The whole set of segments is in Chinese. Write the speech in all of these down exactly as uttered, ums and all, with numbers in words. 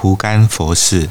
蒲甘佛寺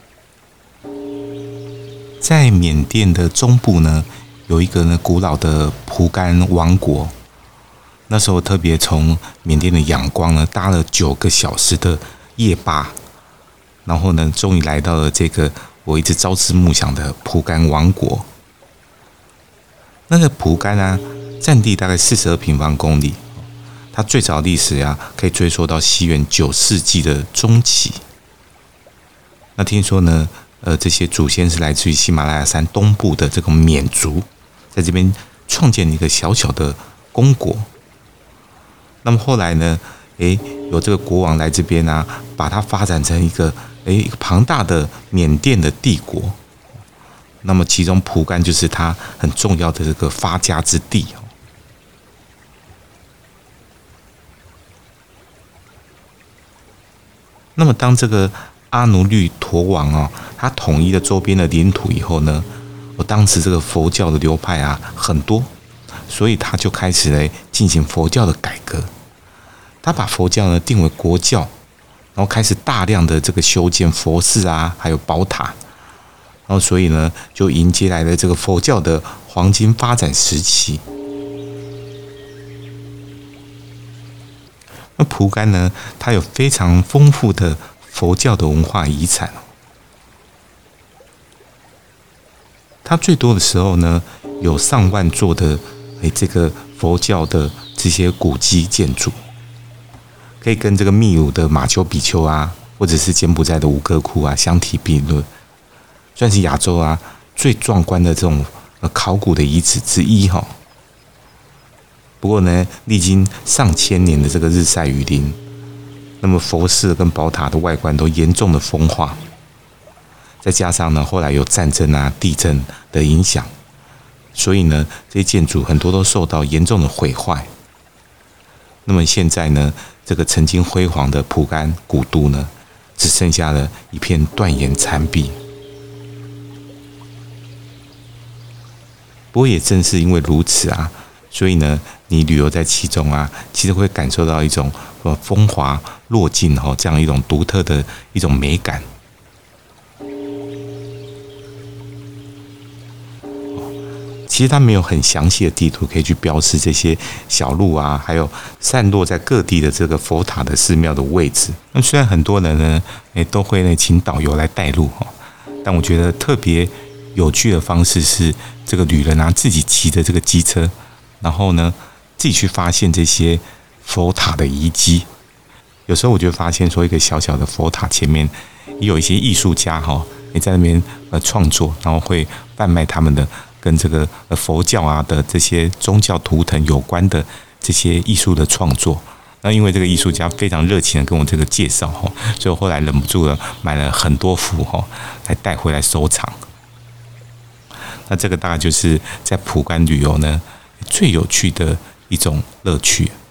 在缅甸的中部呢，有一个呢古老的蒲甘王国。那时候特别从缅甸的仰光呢搭了九个小时的夜巴，然后呢，终于来到了这个我一直朝思暮想的蒲甘王国。那个蒲甘啊，占地大概四十二平方公里，它最早历史啊，可以追溯到西元九世纪的中期。那听说呢，呃，这些祖先是来自于喜马拉雅山东部的这个缅族，在这边创建了一个小小的公国。那么后来呢，诶，有这个国王来这边啊，把它发展成一个诶一个庞大的缅甸的帝国。那么其中蒲甘就是它很重要的这个发家之地。那么当这个阿努律陀王哦，他统一了周边的领土以后呢，我当时这个佛教的流派啊很多，所以他就开始来进行佛教的改革。他把佛教呢定为国教，然后开始大量的这个修建佛寺啊，还有宝塔，然后所以呢就迎接来了这个佛教的黄金发展时期。那蒲甘呢，它有非常丰富的佛教的文化遗产。它最多的时候呢，有上万座的诶这个佛教的这些古迹建筑，可以跟这个秘鲁的马丘比丘啊，或者是柬埔寨的吴哥窟啊相提并论，算是亚洲啊最壮观的这种考古的遗址之一哈。不过呢，历经上千年的这个日晒雨淋，那么佛寺跟宝塔的外观都严重的风化，再加上呢后来有战争啊、地震的影响，所以呢这些建筑很多都受到严重的毁坏。那么现在呢，这个曾经辉煌的蒲甘古都呢，只剩下了一片断垣残壁。不过也正是因为如此啊，所以呢，你旅游在其中啊，其实会感受到一种呃风华落尽哈、哦、这样一种独特的一种美感。其实它没有很详细的地图可以去标示这些小路啊，还有散落在各地的这个佛塔的寺庙的位置。那虽然很多人呢，诶都会呢请导游来带路哈，但我觉得特别有趣的方式是，这个旅人啊自己骑着这个机车，然后呢自己去发现这些佛塔的遗迹。有时候我就发现说，一个小小的佛塔前面也有一些艺术家哈，也在那边呃创作，然后会贩卖他们的跟这个佛教啊的这些宗教图腾有关的这些艺术的创作。那因为这个艺术家非常热情的跟我这个介绍哈，所以我后来忍不住了买了很多幅哈，来带回来收藏。那这个大概就是在蒲甘旅游呢最有趣的一种乐趣。